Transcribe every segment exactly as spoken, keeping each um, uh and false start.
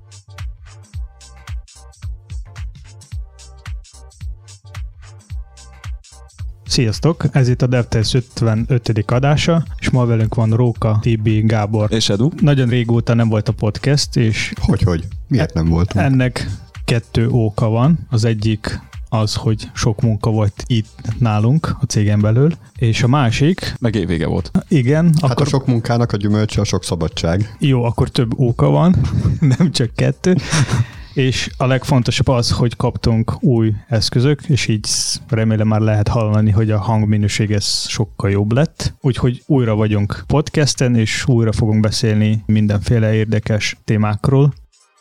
Sziasztok! Ez itt a DevTales ötvenötödik adása, és ma velünk van Róka, Tibi, Gábor. És Edu. Nagyon régóta nem volt a podcast, és... Hogyhogy? Miért nem voltunk? Ennek kettő oka van. Az egyik az, hogy sok munka volt itt nálunk, a cégen belül, és a másik... Meg évvége volt. Igen. Hát akkor... a sok munkának a gyümölcse a sok szabadság. Jó, akkor több oka van, nem csak kettő. És a legfontosabb az, hogy kaptunk új eszközök, és így remélem már lehet hallani, hogy a hangminőség ez sokkal jobb lett. Úgyhogy újra vagyunk podcasten, és újra fogunk beszélni mindenféle érdekes témákról.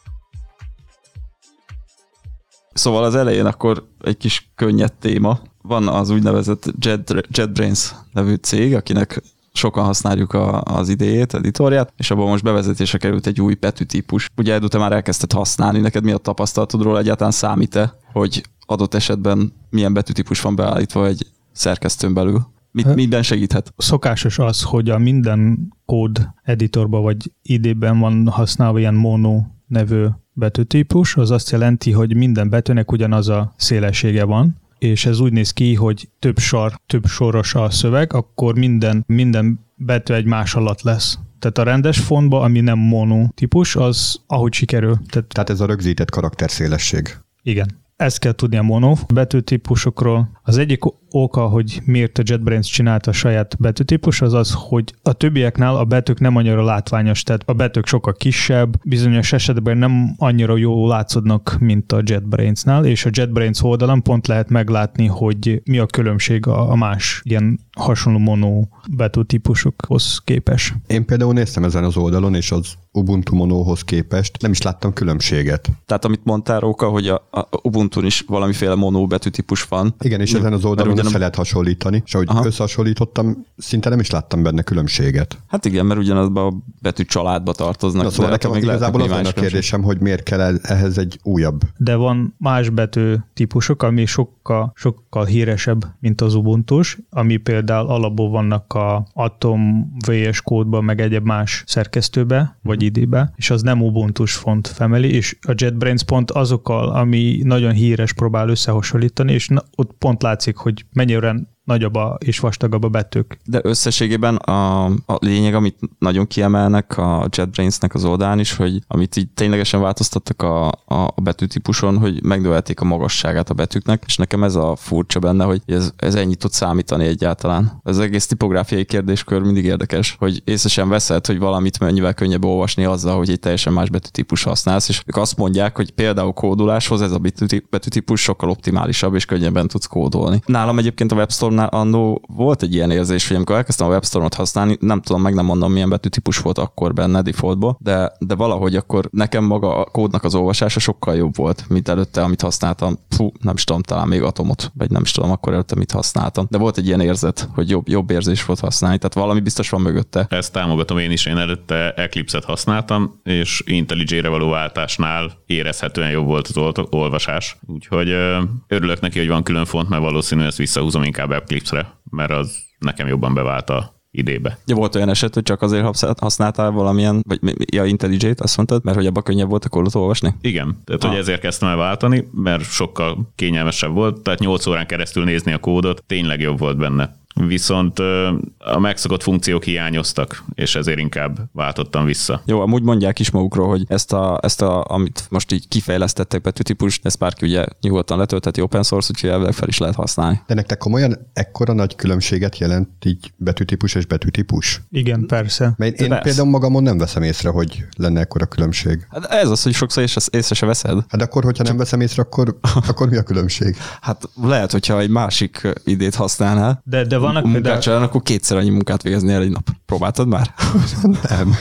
Szóval az elején akkor egy kis könnyed téma. Van az úgynevezett Jet, JetBrains nevű cég, akinek sokan használjuk a, az idejét, editorját, és abban most bevezetésre került egy új betűtípus. Ugye Edu, te már elkezdted használni, neked mi a tapasztalatod róla, egyáltalán számít-e, hogy adott esetben milyen betűtípus van beállítva egy szerkesztőn belül? Mit, minden segíthet? Szokásos az, hogy a minden kód editorban vagy idében van használva ilyen mono nevű betűtípus, az azt jelenti, hogy minden betűnek ugyanaz a szélessége van, és ez úgy néz ki, hogy több sor, több soros a szöveg, akkor minden, minden betű egy más alatt lesz. Tehát a rendes fontban, ami nem mono típus, az ahogy sikerül. Tehát, Tehát ez a rögzített karakterszélesség. Igen. Ezt kell tudni a mono betűtípusokról. Az egyik oka, hogy miért a JetBrains csinálta a saját betűtípus, az az, hogy a többieknál a betűk nem annyira látványos, tehát a betűk sokkal kisebb, bizonyos esetben nem annyira jól látszódnak, mint a JetBrainsnál, és a JetBrains oldalon pont lehet meglátni, hogy mi a különbség a más ilyen hasonló mono betűtípusokhoz képes. Én például néztem ezen az oldalon, és az Ubuntu Monohoz képest nem is láttam különbséget. Tehát amit mondtál, Róka, hogy a, a Ubuntun is valamiféle mono betűtípus van. Igen, és ezen az oldalon össze nem... lehet hasonlítani, és ahogy Aha. összehasonlítottam, szinte nem is láttam benne különbséget. Hát igen, mert ugyanazban a betű családba tartoznak. Na, szóval nekem igazából az a kérdésem, hogy miért kell ehhez egy újabb. De van más betű típusok, ami sokkal, sokkal híresebb, mint az Ubuntus, ami például alapból vannak a Atom vé es kódban, meg egyéb más szerkesztőbe, vagy idébe, és az nem Ubuntus font family, és a JetBrains pont azokkal, ami nagyon híres, próbál összehasonlítani, és na, ott pont látszik, hogy mennyire nagyobb a, és vastagabb a betűk. De összességében a, a lényeg, amit nagyon kiemelnek a JetBrainsnek az oldalán is, hogy amit így ténylegesen változtattak a, a, a betűtípuson, hogy megnövelték a magasságát a betűknek, és nekem ez a furcsa benne, hogy ez, ez ennyit tud számítani egyáltalán. Ez egész tipográfiai kérdéskör mindig érdekes, hogy észesen veszed, hogy valamit mennyivel könnyebb olvasni azzal, hogy egy teljesen más betűtípus használsz, és ők azt mondják, hogy például kódoláshoz ez a betűtípus sokkal optimálisabb, és könnyebben tudsz kódolni. Nálam egyébként a WebStorm annó volt egy ilyen érzés, hogy amikor elkezdtem a WebStormot használni, nem tudom, meg nem mondom, milyen betűtípus volt akkor benne defaultból, de, de valahogy akkor nekem maga a kódnak az olvasása sokkal jobb volt, mint előtte, amit használtam. Fú, nem is tudom, talán még Atomot, vagy nem is tudom, akkor előtte mit használtam. De volt egy ilyen érzet, hogy jobb, jobb érzés volt használni, tehát valami biztos van mögötte. Ezt támogatom én is, én előtte Eclipse-et használtam, és IntelliJ-re való váltásnál érezhetően jobb volt az olvasás. Úgyhogy örülök neki, hogy van külön font, mert valószínűleg ezt visszahúzom inkább Eclipse-re, mert az nekem jobban bevált a idébe. Ja, volt olyan eset, hogy csak azért használtál valamilyen, vagy ja, IntelliJ-t, azt mondtad, mert hogy abban könnyebb volt a kódot olvasni? Igen, tehát ah. hogy ezért kezdtem el váltani, mert sokkal kényelmesebb volt, tehát nyolc órán keresztül nézni a kódot, tényleg jobb volt benne. Viszont a megszokott funkciók hiányoztak, és ezért inkább váltottam vissza. Jó, amúgy mondják is magukról, hogy ezt, a, ezt a, amit most így kifejlesztettek betűtípust, ezt bárki ugye nyugodtan letöltheti open source, úgyhogy elvileg fel is lehet használni. De nektek komolyan ekkora nagy különbséget jelent így betűtípus és betűtípus? Igen, persze. Mert én persze. például magamon nem veszem észre, hogy lenne ekkora különbség. Hát ez az, hogy sokszor észre, észre se veszed. Hát akkor, hogyha nem veszem észre, akkor, akkor mi a különbség? Hát lehet, hogyha egy másik idét használnál, de, de vannak munkát például... csinálni, akkor kétszer annyi munkát végeznél egy nap. Próbáltad már? Nem.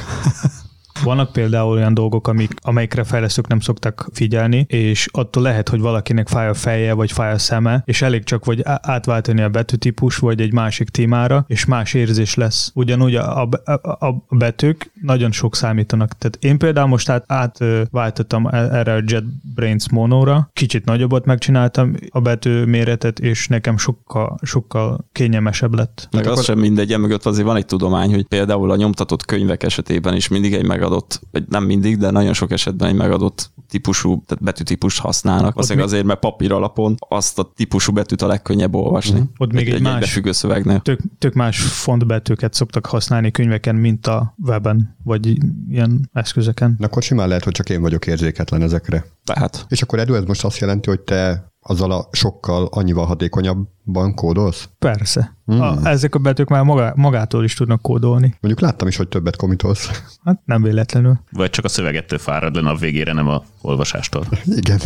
Vannak például olyan dolgok, amik, amelyikre fejlesztők nem szoktak figyelni, és attól lehet, hogy valakinek fáj a feje, vagy fáj a szeme, és elég csak vagy átváltani a betűtípus, vagy egy másik témára, és más érzés lesz. Ugyanúgy a, a, a betűk nagyon sok számítanak. Tehát én például most át, átváltottam erre a JetBrains Monóra, kicsit nagyobbat megcsináltam a betű méretet, és nekem sokkal, sokkal kényelmesebb lett. Meg az sem mindegy, emögött azért van egy tudomány, hogy például a nyomtatott könyvek esetében is mindig egy meg megadott, vagy nem mindig, de nagyon sok esetben egy megadott típusú, tehát betűtípust használnak. Azért azért, mert papír alapon azt a típusú betűt a legkönnyebb olvasni. Uh-huh. Ott még egy, egy más befüggő szövegnél. Tök, tök más fontbetűket szoktak használni könyveken, mint a weben, vagy ilyen eszközeken. Na akkor simán lehet, hogy csak én vagyok érzéketlen ezekre. Tehát. És akkor Edu, ez most azt jelenti, hogy te azzal a sokkal annyival hatékonyabban kódolsz? Persze. Hmm. A, ezek a betűk már magá, magától is tudnak kódolni. Mondjuk láttam is, hogy többet komitolsz. Hát nem véletlenül. Vagy csak a szövegettől fárad le a végére, nem a olvasástól. Igen.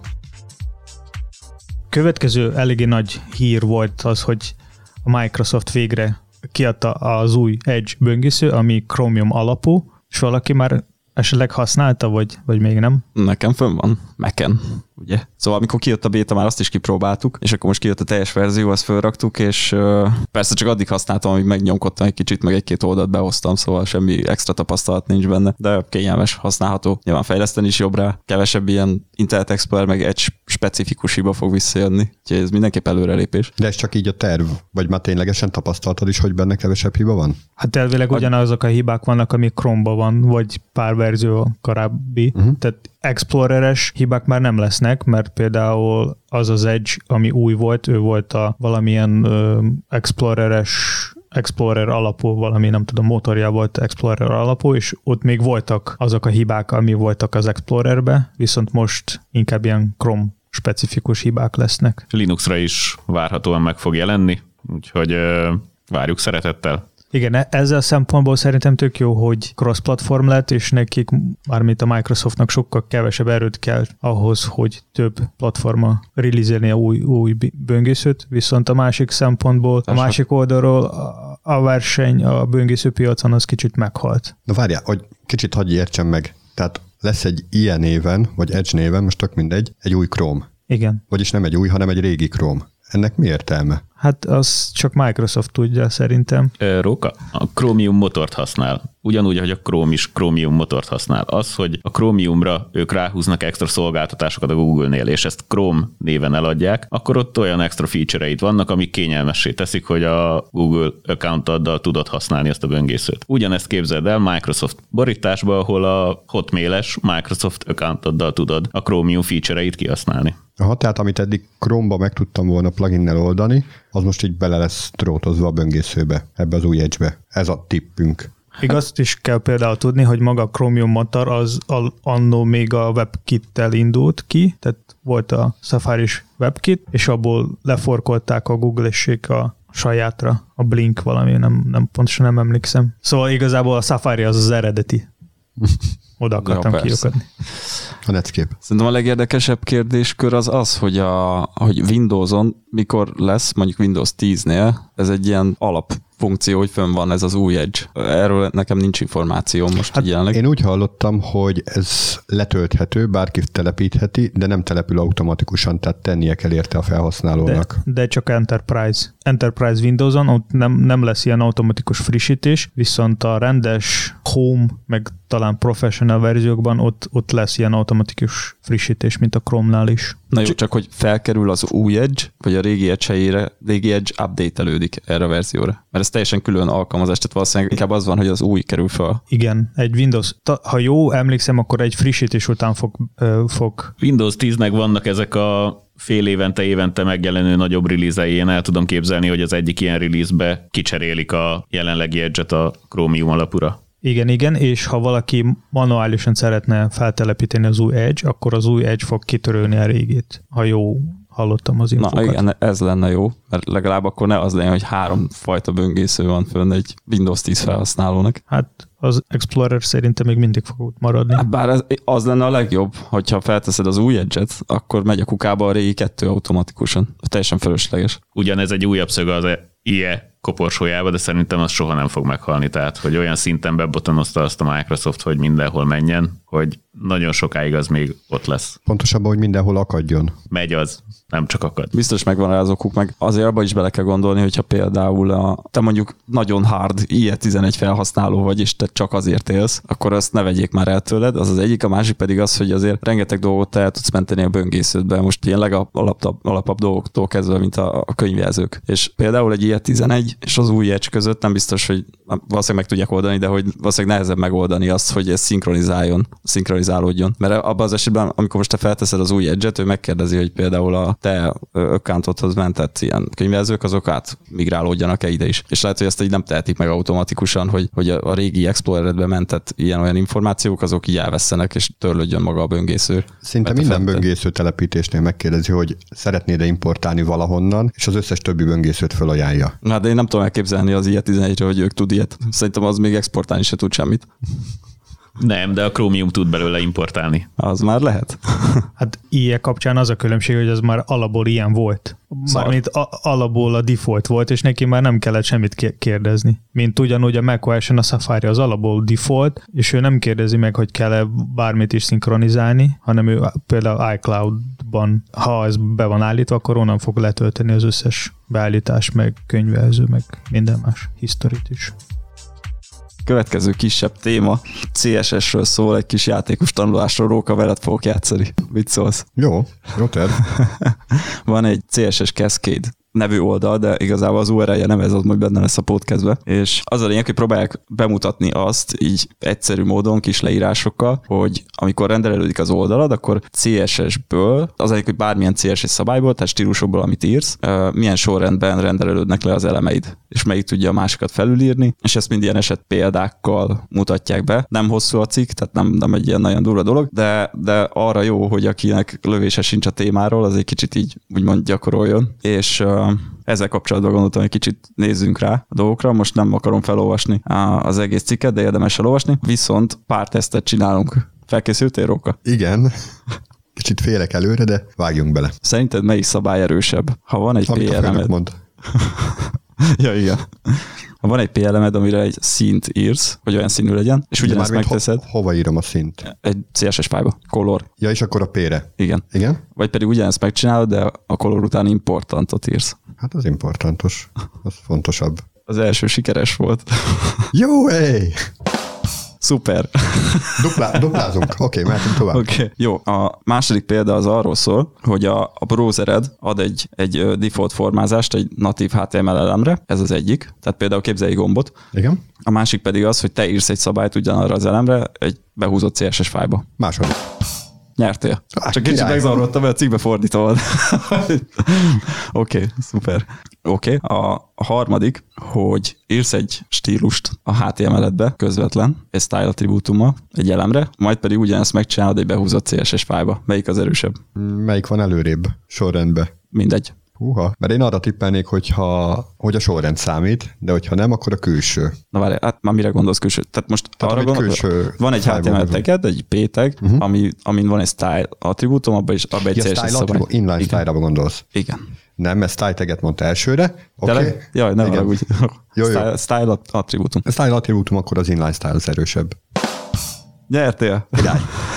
Következő eléggé nagy hír volt az, hogy a Microsoft végre kiadta az új Edge böngésző, ami Chromium alapú, és valaki már esetleg használta, vagy, vagy még nem? Nekem fönn van, Mac-en, ugye? Szóval amikor kijött a béta, már azt is kipróbáltuk, és akkor most kijött a teljes verzió, azt felraktuk, és uh, persze csak addig használtam, amíg megnyomkodtam egy kicsit, meg egy-két oldalt behoztam, szóval semmi extra tapasztalat nincs benne, de kényelmes, használható. Nyilván fejleszteni is jobb rá, kevesebb ilyen Internet Explorer, meg egy specifikus hiba fog visszajönni, úgyhogy ez mindenképp előrelépés. De ez csak így a terv, vagy már ténylegesen tapasztaltad is, hogy benne kevesebb hiba van? Hát elvileg ugyanazok a hibák vannak, ami Chrome-ban van, vagy pár verzió korábbi. Uh-huh. Tehát Explorer-es hibák már nem lesznek, mert például az az Edge, ami új volt, ő volt a valamilyen ö, Explorer-es Explorer alapú, valami nem tudom, motorja volt Explorer alapú, és ott még voltak azok a hibák, ami voltak az Explorerbe, viszont most inkább ilyen Chrome specifikus hibák lesznek. Linuxra is várhatóan meg fog jelenni, úgyhogy ö, várjuk szeretettel. Igen, ezzel a szempontból szerintem tök jó, hogy cross-platform lett, és nekik, mármint a Microsoftnak sokkal kevesebb erőt kell ahhoz, hogy több platforma release-elni a új, új böngészőt, viszont a másik szempontból, a másik oldalról a, a verseny a böngészőpiacon az kicsit meghalt. Na várjál, hogy kicsit hagyj értsem meg. Tehát lesz egy ilyen néven, vagy Edge néven, most tök mindegy, egy új Chrome. Igen. Vagyis nem egy új, hanem egy régi Chrome. Ennek mi értelme? Hát az csak Microsoft tudja szerintem. Róka, a Chromium motort használ. Ugyanúgy, hogy a Chrome is Chromium motort használ. Az, hogy a Chromiumra ők ráhúznak extra szolgáltatásokat a Google-nél, és ezt Chrome néven eladják, akkor ott olyan extra feature-eit vannak, amik kényelmessé teszik, hogy a Google accountoddal tudod használni ezt a böngészőt. Ugyanezt képzeld el Microsoft borításba, ahol a Hotmail-es Microsoft accountoddal tudod a Chromium feature-eit kihasználni. Aha, tehát amit eddig Chrome-ba meg tudtam volna pluginnel oldani, az most így bele lesz drótozva a böngészőbe, ebbe az új Edge-be. Ez a tippünk. Igaz, is kell például tudni, hogy maga a Chromium motor az annó még a WebKit-tel indult ki, tehát volt a Safari-s WebKit, és abból leforkolták a Google-essék a sajátra, a Blink valami, nem, nem pontosan nem emlékszem. Szóval igazából a Safari az az eredeti. Oda akartam ja, kiukadni. A Netscape. Szerintem a legérdekesebb kérdéskör az az, hogy, a, hogy Windowson mikor lesz, mondjuk Windows tíznél, ez egy ilyen alapfunkció, hogy fönn van ez az új Edge. Erről nekem nincs információ most hát jelenleg. Én úgy hallottam, hogy ez letölthető, bárki telepítheti, de nem települ automatikusan, tehát tennie kell érte a felhasználónak. De, de csak Enterprise. Enterprise Windowson, ott nem, nem lesz ilyen automatikus frissítés, viszont a rendes Home, meg talán Professional verziókban ott, ott lesz ilyen automatikus frissítés, mint a Chrome-nál is. Na jó, csak, csak hogy felkerül az új Edge, vagy a régi Edge helyére, régi Edge update-elődik erre a verzióra. Mert ez teljesen külön alkalmazás, tehát valószínűleg inkább az van, hogy az új kerül fel. Igen, egy Windows, ha jó emlékszem, akkor egy frissítés után fog... Uh, fog... Windows tíznek vannak ezek a fél évente, évente megjelenő nagyobb release-ei. Én el tudom képzelni, hogy az egyik ilyen release-be kicserélik a jelenlegi Edge-et a Chromium alapúra. Igen, igen, és ha valaki manuálisan szeretne feltelepíteni az új Edge, akkor az új Edge fog kitörölni a régét, ha jó hallottam az infokat. Na igen, ez lenne jó, mert legalább akkor ne az legyen, hogy három fajta böngésző van fönn egy Windows tíz felhasználónak. Hát az Explorer szerintem még mindig fog ott maradni. Hát bár ez, az lenne a legjobb, hogyha felteszed az új Edge-et, akkor megy a kukába a régi kettő automatikusan. Teljesen fölösleges. Ugyanez egy újabb szög az i e koporsójába, de szerintem az soha nem fog meghalni. Tehát, hogy olyan szinten bebotonozta azt a Microsoft, hogy mindenhol menjen, hogy nagyon sokáig az még ott lesz. Pontosabban, hogy mindenhol akadjon. Megy az. nem csak akad. Biztos megvan rá az okuk, meg azért abban is bele kell gondolni, hogyha például a, te mondjuk nagyon hard i e tizenegy felhasználó vagy, és te csak azért élsz, akkor azt ne vegyék már el tőled. Az az egyik, a másik pedig az, hogy azért rengeteg dolgot te el tudsz menteni a böngésződbe. Most ilyen legalapabb alapabb dolgoktól kezdve, mint a, a könyvjelzők. És például egy i e tizenegy és az új Edge között nem biztos, hogy valószínűleg meg tudják oldani, de hogy valószínűleg nehezebb megoldani azt, hogy ez szinkronizáljon, szinkronizálódjon. Mert abban az esetben, amikor most te felteszed az új Edge-et, ő megkérdezi, hogy például a te accountodhoz mentett ilyen könyvjelzők, azok át migrálódjanak-e ide is. És lehet, hogy ezt így nem tehetik meg automatikusan, hogy, hogy a régi Explorer-edbe mentett ilyen-olyan információk, azok így elvesztenek, és törlődjön maga a böngésző. Szinte minden fente... böngésző telepítésnél megkérdezi, hogy szeretnéd-e importálni valahonnan, és az összes többi böngészőt fölajánlja. Na, de én nem tudom elképzelni az i e tizenegyre, hogy ők tud ilyet. Szerintem az még exportálni se tud semmit. Nem, de a Chromium tud belőle importálni. Az már lehet. Hát i e kapcsán az a különbség, hogy az már alapból ilyen volt. Mármint alapból a default volt, és neki már nem kellett semmit kérdezni. Mint ugyanúgy a macOS-en a Safari az alapból default, és ő nem kérdezi meg, hogy kell-e bármit is szinkronizálni, hanem ő például iCloud-ban, ha ez be van állítva, akkor onnan fog letölteni az összes beállítás, meg könyvelző, meg minden más historit is. Következő kisebb téma cé es es-ről szól, egy kis játékos tanulásról, Róka, veled fogok játszani. Mit szólsz? Jó, jó terv. Van egy cé es es Cascade nevű oldal, de igazából az u er el-je nem ez, az majd benne lesz a podcastbe. És az a lényeg, hogy próbálják bemutatni azt így egyszerű módon, kis leírásokkal, hogy amikor rendelődik az oldalad, akkor cé es es-ből, az egyik, hogy bármilyen cé es es szabályból, tehát stílusokból, amit írsz, milyen sorrendben rendelődnek le az elemeid, és melyik tudja a másikat felülírni, és ezt mind ilyen eset példákkal mutatják be. Nem hosszú a cikk, tehát nem, nem egy ilyen nagyon durva dolog, de, de arra jó, hogy akinek lövése sincs a témáról, az egy kicsit így úgymond gyakoroljon, és ezzel kapcsolatban gondoltam, hogy kicsit nézzünk rá a dolgokra. Most nem akarom felolvasni az egész cikket, de érdemes elolvasni. Viszont pár tesztet csinálunk. Felkészültél, Róka? Igen. Kicsit félek előre, de vágjunk bele. Szerinted melyik szabály erősebb? Ha van egy pé elemed... mond. ja, igen. Ha van egy pé elemed, amire egy színt írsz, hogy olyan színű legyen, és ugyanezt megteszed. Ho- hova írom a színt? Egy cé es es fájba. Color. Ja, és akkor a P-re. Igen. Igen? Vagy pedig ugyanezt megcsinálod, de a color után importantot írsz. Hát az importantos. Az fontosabb. Az első sikeres volt. Jó, hey! Szuper. Duplá, duplázunk. Oké, okay, mehetünk tovább. Oké, okay. Jó. A második példa az arról szól, hogy a, a browsered ad egy, egy default formázást egy natív há té em el elemre, ez az egyik. Tehát például képzelj egy gombot. Igen. A másik pedig az, hogy te írsz egy szabályt ugyanarra az elemre egy behúzott cé es es fájba. Második. Nyertél. Ah, Csak kicsit megzavarodtam, mert a cikkbe fordítod. Oké, okay, szuper. Oké, okay. a, a harmadik, hogy írsz egy stílust a há té em el-edbe közvetlen, egy style attribútummal, egy elemre, majd pedig ugyanezt megcsinálod egy behúzott cé es es fájba. Melyik az erősebb? Melyik van előrébb sorrendbe? Mindegy. Húha, mert én arra tippelnék, hogyha, hogy a sorrend számít, de hogyha nem, akkor a külső. Na várj, hát már mire gondolsz külső? Tehát most Tehát arra gondolsz, van egy há té em el taged, egy p-tag, uh-huh. ami, amin van egy style attribútum, abban is abba egy ja, cé es es szabály. Inline style-ra gondolsz. Igen. Nem, mert style taget mondta elsőre. Oké. Okay. Jaj, nem arra úgy. Jó, jó. Style, style attribútum. A style attribútum, akkor az inline style az erősebb. Nyertél. Oké.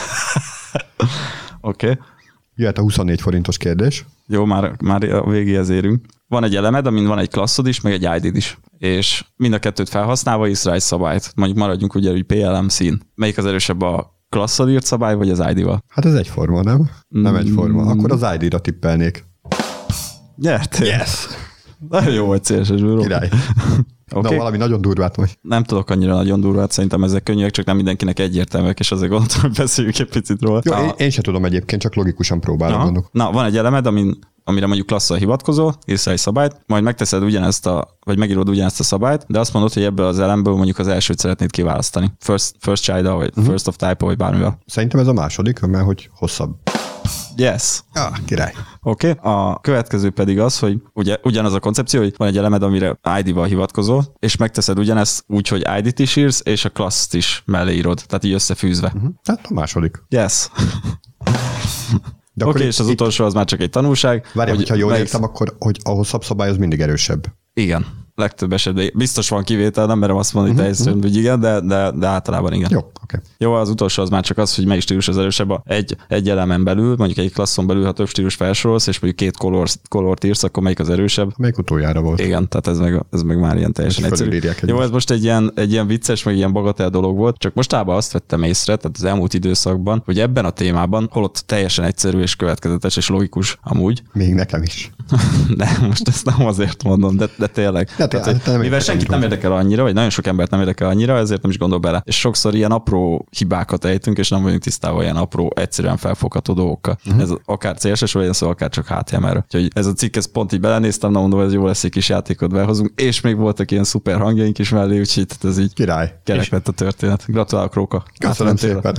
Okay. Jöhet a huszonnégy forintos kérdés. Jó, már, már a végéhez érünk. Van egy elemed, amin van egy klasszod is, meg egy i dé-d is. És mind a kettőt felhasználva írsz rá egy szabályt. Mondjuk maradjunk ugye, hogy pé el em szín. Melyik az erősebb, a klasszod írt szabály, vagy az i dé-val? Hát ez egyforma, nem? Nem egyforma. Akkor az i dé-ra tippelnék. Nyertél. Yes! Nagyon jó vagy cé es es-ből. Király. Okay. Na, valami nagyon durvát vagy. Nem tudok annyira nagyon durvát, szerintem ezek könnyűek, csak nem mindenkinek egyértelműek, és azért gondoltam, hogy beszéljük egy picit róla. Jó, én, én sem tudom egyébként, csak logikusan próbálom gondolni. Na, van egy elemed, amin, amire mondjuk klasszal hivatkozol, írsz egy szabályt, majd megteszed ugyanezt a, vagy megírod ugyanezt a szabályt, de azt mondod, hogy ebből az elemből mondjuk az elsőt szeretnéd kiválasztani. First, first child-a, vagy uh-huh. first of type-a, vagy bármivel. Szerintem ez a második, mert hogy hosszabb. Yes. Ah, király. Oké, okay. A következő pedig az, hogy ugye ugyanaz a koncepció, hogy van egy elemed, amire i dé-val hivatkozol, és megteszed ugyanezt úgy, hogy i dé-t is írsz, és a klasszt is mellé írod, tehát így összefűzve. Uh-huh. Tehát a második. Yes. Oké, okay, és az itt... utolsó az már csak egy tanulság. Várjál, hogyha jól melyik... értem, akkor hogy a hosszabb szabály az mindig erősebb. Igen. legtöbb esetben. Biztos van kivétel, nem merem azt mondani uh-huh, teljesen, uh-huh. hogy igen, de, de, de általában igen. Jó, oké. Okay. Jó, az utolsó az már csak az, hogy melyik stílus az erősebb. Egy, egy elemen belül, mondjuk egy klasszon belül, ha több stílus felsorolsz, és mondjuk két color, colort írsz, akkor melyik az erősebb? Melyik utoljára volt. Igen, tehát ez meg, ez meg már ilyen teljesen egyszerű. Jó, ez most egy ilyen, egy ilyen vicces, meg ilyen bagatel dolog volt, csak mostában azt vettem észre, tehát az elmúlt időszakban, hogy ebben a témában, holott teljesen egyszerű és következetes és logikus amúgy. Még nekem is. De most ezt nem azért mondom, de, de tényleg. De tehát, hogy nem mivel senkit nem érdekel annyira, vagy nagyon sok embert nem érdekel annyira, ezért nem is gondol bele. És sokszor ilyen apró hibákat ejtünk, és nem vagyunk tisztában ilyen apró, egyszerűen felfogható dolgokkal. Uh-huh. Ez akár cé es es, vagy szó, akár csak há té em el-ről. Úgyhogy ez a cikk, ez pont így belenéztem, nem mondom, ez jó lesz, egy kis játékot behozunk, és még voltak ilyen szuper hangjaink is mellé, úgyhogy ez így király. Kerek lett a történet. Gratulálok, Róka. Köszönöm szépen.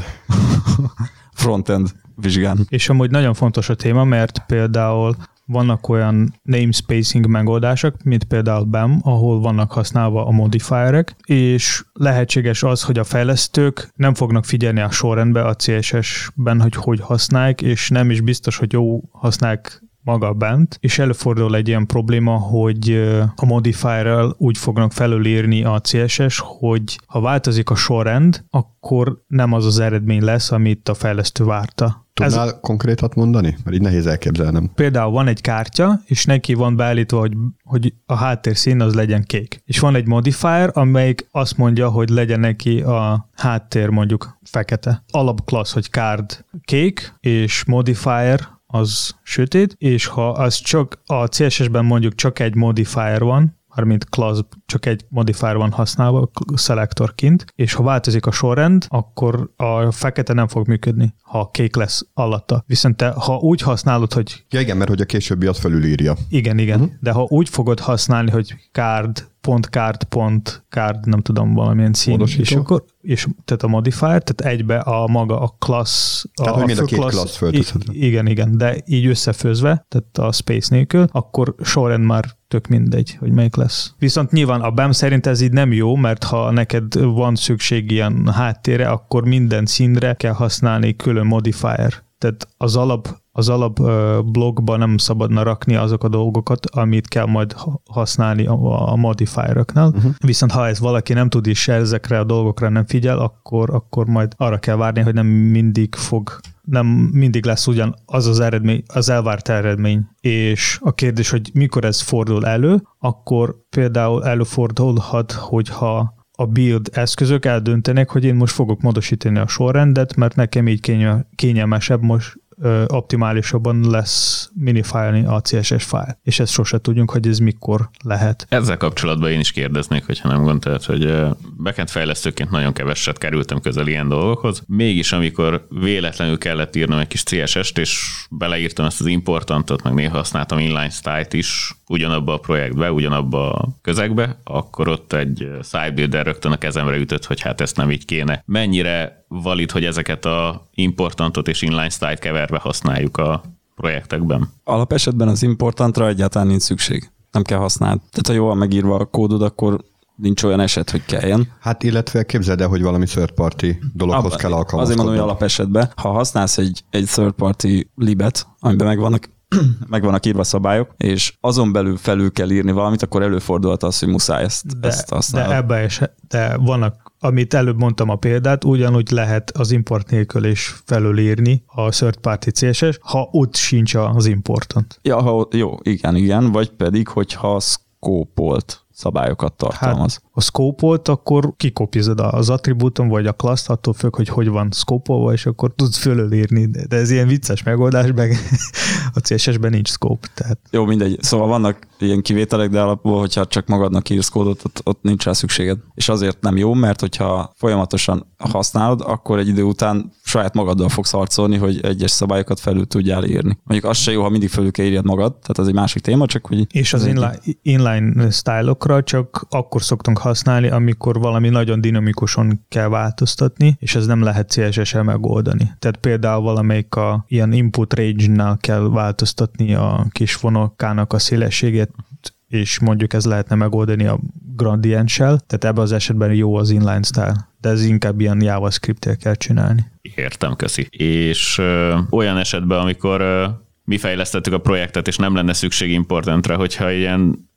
Frontend vizsgán. És amúgy nagyon fontos a téma, mert például vannak olyan namespacing megoldások, mint például bé e em, ahol vannak használva a modifierek, és lehetséges az, hogy a fejlesztők nem fognak figyelni a sorrendbe a cé es es-ben, hogy hogy használják, és nem is biztos, hogy jó használják maga bent, és előfordul egy ilyen probléma, hogy a modifierrel úgy fognak felülírni a cé es es, hogy ha változik a sorrend, akkor nem az az eredmény lesz, amit a fejlesztő várta. Tudnál Ez... konkrétat mondani? Mert így nehéz elképzelnem. Például van egy kártya, és neki van beállítva, hogy, hogy a háttérszín az legyen kék. És van egy modifier, amelyik azt mondja, hogy legyen neki a háttér mondjuk fekete. Alapklassz, hogy card kék, és modifier az sötét, és ha az csak a cé es es-ben mondjuk csak egy modifier van, mint class, csak egy modifier van használva szelektorként, és ha változik a sorrend, akkor a fekete nem fog működni, ha kék lesz alatta. Viszont te, ha úgy használod, hogy... Ja igen, mert hogy a későbbi az felülírja. Igen, igen. Uh-huh. De ha úgy fogod használni, hogy card, pont card, pont card, nem tudom, valamilyen szín, Módosító. és akkor, és tehát a modifier, tehát egybe a maga a class, tehát, a, hogy mind a, a két class, class fölteszed. Igen, igen, de így összefőzve, tehát a space nélkül, akkor sorrend már tök mindegy, hogy melyik lesz. Viszont nyilván a bé e em szerint ez így nem jó, mert ha neked van szükség ilyen háttérre, akkor minden színre kell használni külön modifier. Tehát az alap az alap blogban nem szabadna rakni azok a dolgokat, amit kell majd használni a, a modifieröknél. Uh-huh. Viszont ha ez valaki nem tud is ezekre a dolgokra nem figyel, akkor, akkor majd arra kell várni, hogy nem mindig fog nem mindig lesz ugyan az az eredmény, az elvárt eredmény. És a kérdés, hogy mikor ez fordul elő, akkor például előfordulhat, hogyha a build eszközök eldöntenek, hogy én most fogok módosítani a sorrendet, mert nekem így kényelmesebb most optimálisabban lesz minifájlni a cé es es fájl. És ezt sose tudjunk, hogy ez mikor lehet. Ezzel kapcsolatban én is kérdeznék, hogyha nem gondolt, hogy backend fejlesztőként nagyon keveset kerültem közel ilyen dolgokhoz. Mégis, amikor véletlenül kellett írnom egy kis cé es est, és beleírtam ezt az importantot, meg néha használtam inline style-t is ugyanabba a projektbe, ugyanabba a közegbe, akkor ott egy sidebuilder rögtön a kezemre ütött, hogy hát ezt nem így kéne. Mennyire valid, hogy ezeket a importantot és inline style-t keverve használjuk a projektekben? Alapesetben az importantra egyáltalán nincs szükség. Nem kell használni. Tehát ha jól megírva a kódod, akkor nincs olyan eset, hogy kelljen. Hát illetve képzeld el, hogy valami third party dologhoz Abba, kell alkalmazkodni. Azért mondom, hogy alapesetben, ha használsz egy, egy third party libet, amiben megvannak meg vannak írva szabályok, és azon belül felül kell írni valamit, akkor előfordulhat az, hogy muszáj ezt, de, ezt használni. De ebben is, de vannak, amit előbb mondtam a példát, ugyanúgy lehet az import nélkül is felülírni a third party cé es es, ha ott sincs az important. Ja, ha, jó, igen, igen, vagy pedig, hogyha szkópolt szabályokat tartalmaz. Hát, ha szkópolt, akkor kikopizod az attribúton, vagy a class-t, attól függ, hogy hogy van szkópolva, és akkor tudsz fölülírni. De ez ilyen vicces megoldás, meg a cé es es-ben nincs szkóp. Tehát... Jó, mindegy. Szóval vannak ilyen kivételek, de alapból, hogyha csak magadnak írsz kódot, ott, ott nincs rá szükséged. És azért nem jó, mert hogyha folyamatosan használod, akkor egy idő után saját magaddal fogsz harcolni, hogy egyes szabályokat felül tudjál írni. Mondjuk az se jó, ha mindig felül kell írjad magad, tehát ez egy másik téma, csak hogy... És az inline, inline style-okra csak akkor szoktunk használni, amikor valami nagyon dinamikusan kell változtatni, és ez nem lehet cé es es-el megoldani. Tehát például valamelyik a ilyen input range-nál kell változtatni a kis vonokának a szélességét, és mondjuk ez lehetne megoldani a gradient-sel, tehát ebben az esetben jó az inline style, de ez inkább ilyen JavaScript-tel kell csinálni. Értem, köszi. És ö, olyan esetben, amikor ö, mi fejlesztettük a projektet, és nem lenne szükség importantra, hogyha ilyen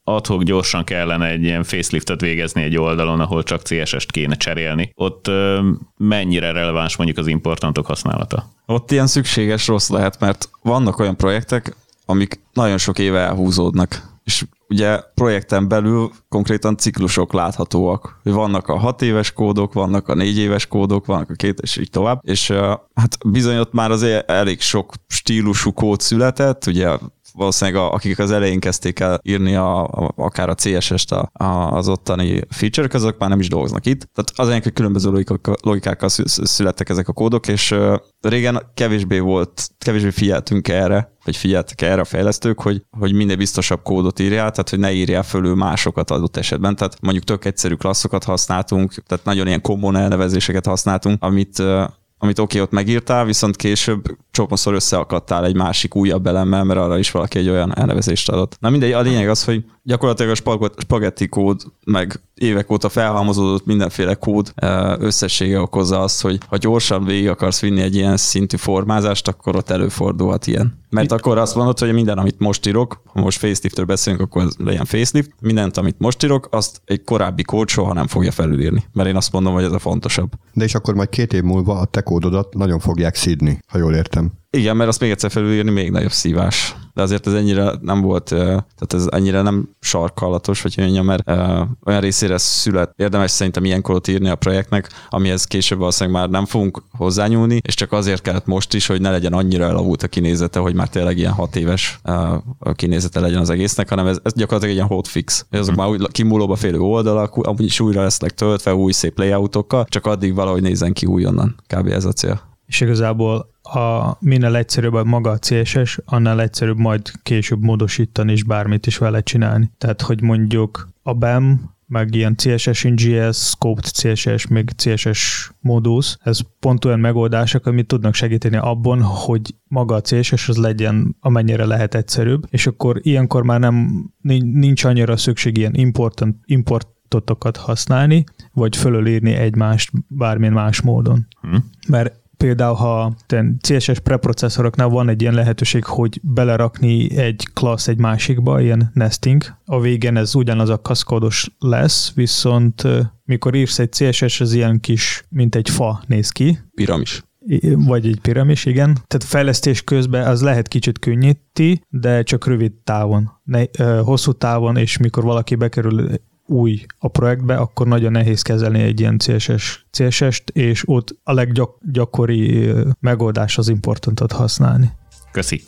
adhok gyorsan kellene egy ilyen faceliftet végezni egy oldalon, ahol csak cé es est kéne cserélni. Ott mennyire releváns mondjuk az importantok használata? Ott ilyen szükséges rossz lehet, mert vannak olyan projektek, amik nagyon sok éve elhúzódnak. És ugye projekten belül konkrétan ciklusok láthatóak. Vannak a hat éves kódok, vannak a négy éves kódok, vannak a két, és így tovább. És hát bizony ott már azért elég sok stílusú kód született, ugye valószínűleg a, akik az elején kezdték el írni a, a, akár a cé es est a, a, az ottani feature-ök, azok már nem is dolgoznak itt. Tehát az ennek különböző logikákkal, logikákkal születtek ezek a kódok, és uh, régen kevésbé volt, kevésbé figyeltünk erre, vagy figyeltek erre a fejlesztők, hogy, hogy minél biztosabb kódot írjál, tehát hogy ne írjál fölül másokat adott esetben. Tehát mondjuk tök egyszerű klasszokat használtunk, tehát nagyon ilyen common elnevezéseket használtunk, amit uh, amit oké, okay, ott megírtál, viszont később csomószor összeakadtál egy másik újabb elemmel, mert arra is valaki egy olyan elnevezést adott. Na mindegy, a lényeg az, hogy gyakorlatilag a spagetti kód, meg évek óta felhalmozódott mindenféle kód összessége okozza azt, hogy ha gyorsan végig akarsz vinni egy ilyen szintű formázást, akkor ott előfordulhat ilyen. Mert Itt... akkor azt mondod, hogy minden, amit most írok, ha most faceliftről beszélünk, akkor ez legyen facelift, mindent, amit most írok, azt egy korábbi kód soha nem fogja felülírni. Mert én azt mondom, hogy ez a fontosabb. De és akkor majd két év múlva a te kódodat nagyon fogják szídni, ha jól értem. Igen, mert azt még egyszer felülírni még nagyobb szívás. De azért ez ennyire nem volt, tehát ez ennyire nem sarkallatos, vagy mondjam, mert olyan részére szület, érdemes szerintem ilyen kódot írni a projektnek, amihez később valószínűleg már nem fogunk hozzányúlni, és csak azért kellett most is, hogy ne legyen annyira elavult a kinézete, hogy már tényleg ilyen hat éves a kinézete legyen az egésznek, hanem ez, ez gyakorlatilag egy ilyen hotfix. Azok már úgy kimúlóba félő oldalak, amúgy is újra lesznek töltve, új szép layoutokkal, csak addig valahogy nézzen ki újonnan. Kb. Ez a cél. És igazából a minél egyszerűbb a maga a cé es es, annál egyszerűbb majd később módosítani és bármit is vele csinálni. Tehát, hogy mondjuk a bé e em, meg ilyen cé es es in gé es, Scoped cé es es, még cé es es Modus, ez pont olyan megoldások, amit tudnak segíteni abban, hogy maga a cé es es az legyen amennyire lehet egyszerűbb, és akkor ilyenkor már nem nincs annyira szükség ilyen important, importokat használni, vagy fölölírni egymást bármilyen más módon. Hmm. Mert például, ha cé es es preprocesszoroknál van egy ilyen lehetőség, hogy belerakni egy class egy másikba, ilyen nesting. A végén ez ugyanaz a kaszkódos lesz, viszont mikor írsz egy cé es es, az ilyen kis, mint egy fa néz ki. Piramis. Vagy egy piramis, igen. Tehát fejlesztés közben az lehet kicsit könnyíti, de csak rövid távon. Ne, hosszú távon, és mikor valaki bekerül új a projektbe, akkor nagyon nehéz kezelni egy ilyen cé es es, cé es est, és ott a leggyakori megoldás az importantot használni. Köszi.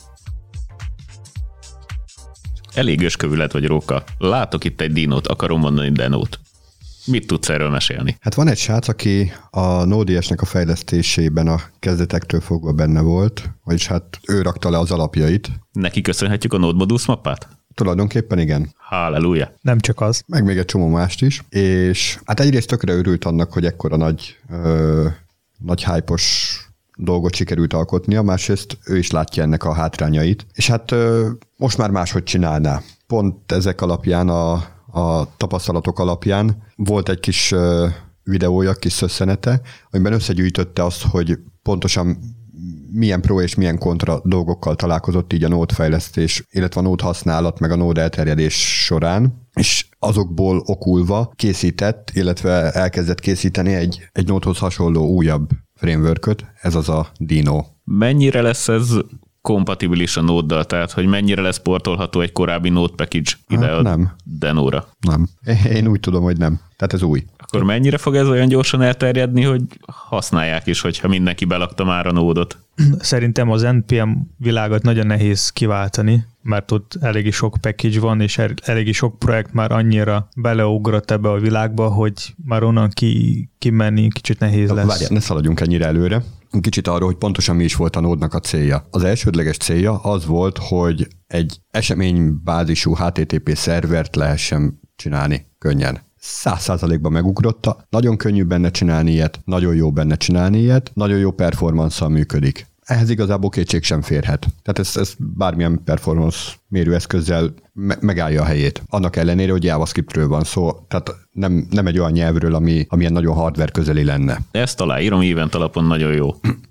Elég öskövület vagy, Róka. Látok itt egy dinót, akarom mondani denót. Mit tudsz erről mesélni? Hát van egy srác, aki a Node.js-nek a fejlesztésében a kezdetektől fogva benne volt, vagyis hát ő rakta le az alapjait. Neki köszönhetjük a Node Modus mappát? Tulajdonképpen igen. Halleluja. Nem csak az. Meg még egy csomó mást is. És hát egyrészt tökre örült annak, hogy ekkora nagy, ö, nagy hype-os dolgot sikerült alkotnia, másrészt ő is látja ennek a hátrányait. És hát ö, most már máshogy csinálná. Pont ezek alapján, a, a tapasztalatok alapján volt egy kis ö, videója, kis szösszenete, amiben összegyűjtötte azt, hogy pontosan milyen pro és milyen kontra dolgokkal találkozott így a Node fejlesztés, illetve a Node használat, meg a Node elterjedés során, és azokból okulva készített, illetve elkezdett készíteni egy, egy Node-hoz hasonló újabb frameworköt, ez az a Dino. Mennyire lesz ez kompatibilis a Node-dal, tehát hogy mennyire lesz portolható egy korábbi Node package ide hát, a nem. Denóra? Nem. Én úgy tudom, hogy nem. Tehát ez új. Akkor mennyire fog ez olyan gyorsan elterjedni, hogy használják is, hogyha mindenki belakta már a Node-ot? Szerintem az en pé em világot nagyon nehéz kiváltani, mert ott eléggé sok package van, és eléggé sok projekt már annyira beleugrott ebbe a világba, hogy már onnan ki, kimenni kicsit nehéz lesz. Várjál, ne szaladjunk ennyire előre. Kicsit arról, hogy pontosan mi is volt a Node-nak a célja. Az elsődleges célja az volt, hogy egy eseménybázisú há té té pé szervert lehessen csinálni könnyen. Száz százalékban megugrotta, nagyon könnyű benne csinálni ilyet, nagyon jó benne csinálni ilyet, nagyon jó performansszal működik. Ehhez igazából kétség sem férhet. Tehát ez, ez bármilyen performance mérőeszközzel me- megállja a helyét. Annak ellenére, hogy JavaScriptről van szó, tehát nem, nem egy olyan nyelvről, ami, ami ilyen nagyon hardware közeli lenne. Ezt aláírom, event alapon nagyon jó.